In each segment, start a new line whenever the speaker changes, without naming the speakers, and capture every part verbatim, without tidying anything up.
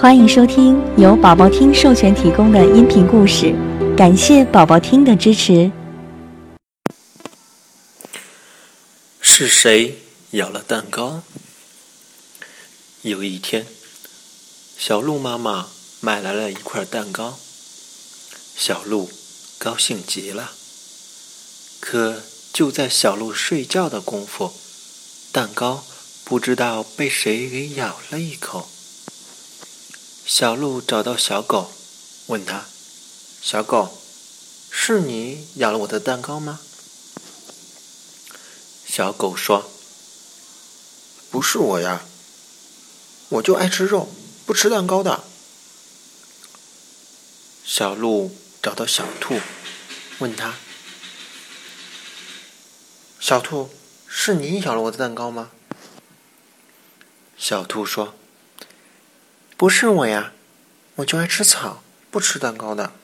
欢迎收听由宝宝听授权提供的音频故事，感谢宝宝听的支持。
是谁咬了蛋糕？有一天，小鹿妈妈买来了一块蛋糕，小鹿高兴极了。可就在小鹿睡觉的功夫，蛋糕不知道被谁给咬了一口。小鹿找到小狗，问他：小狗，是你咬了我的蛋糕吗？小狗说：不是我呀，我就爱吃肉，不吃蛋糕的。小鹿找到小兔，问他：小兔，是你咬了我的蛋糕吗？小兔说：不是我呀，我就爱吃草，不吃蛋糕的。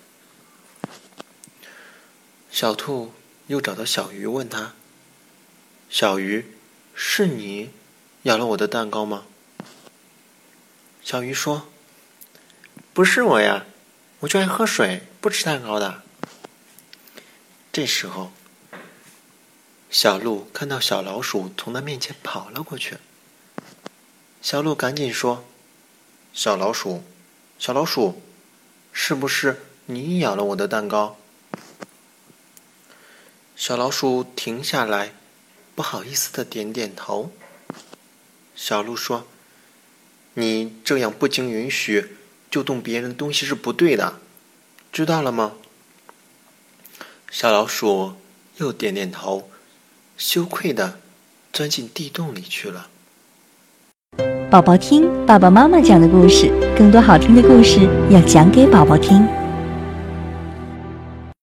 小兔又找到小鱼，问他：小鱼，是你咬了我的蛋糕吗？小鱼说：不是我呀，我就爱喝水，不吃蛋糕的。这时候，小鹿看到小老鼠从他面前跑了过去。小鹿赶紧说：小老鼠，小老鼠，是不是你咬了我的蛋糕？小老鼠停下来，不好意思地点点头。小鹿说：你这样不经允许就动别人的东西是不对的，知道了吗？小老鼠又点点头，羞愧地钻进地洞里去了。
宝宝听爸爸妈妈讲的故事，更多好听的故事要讲给宝宝听。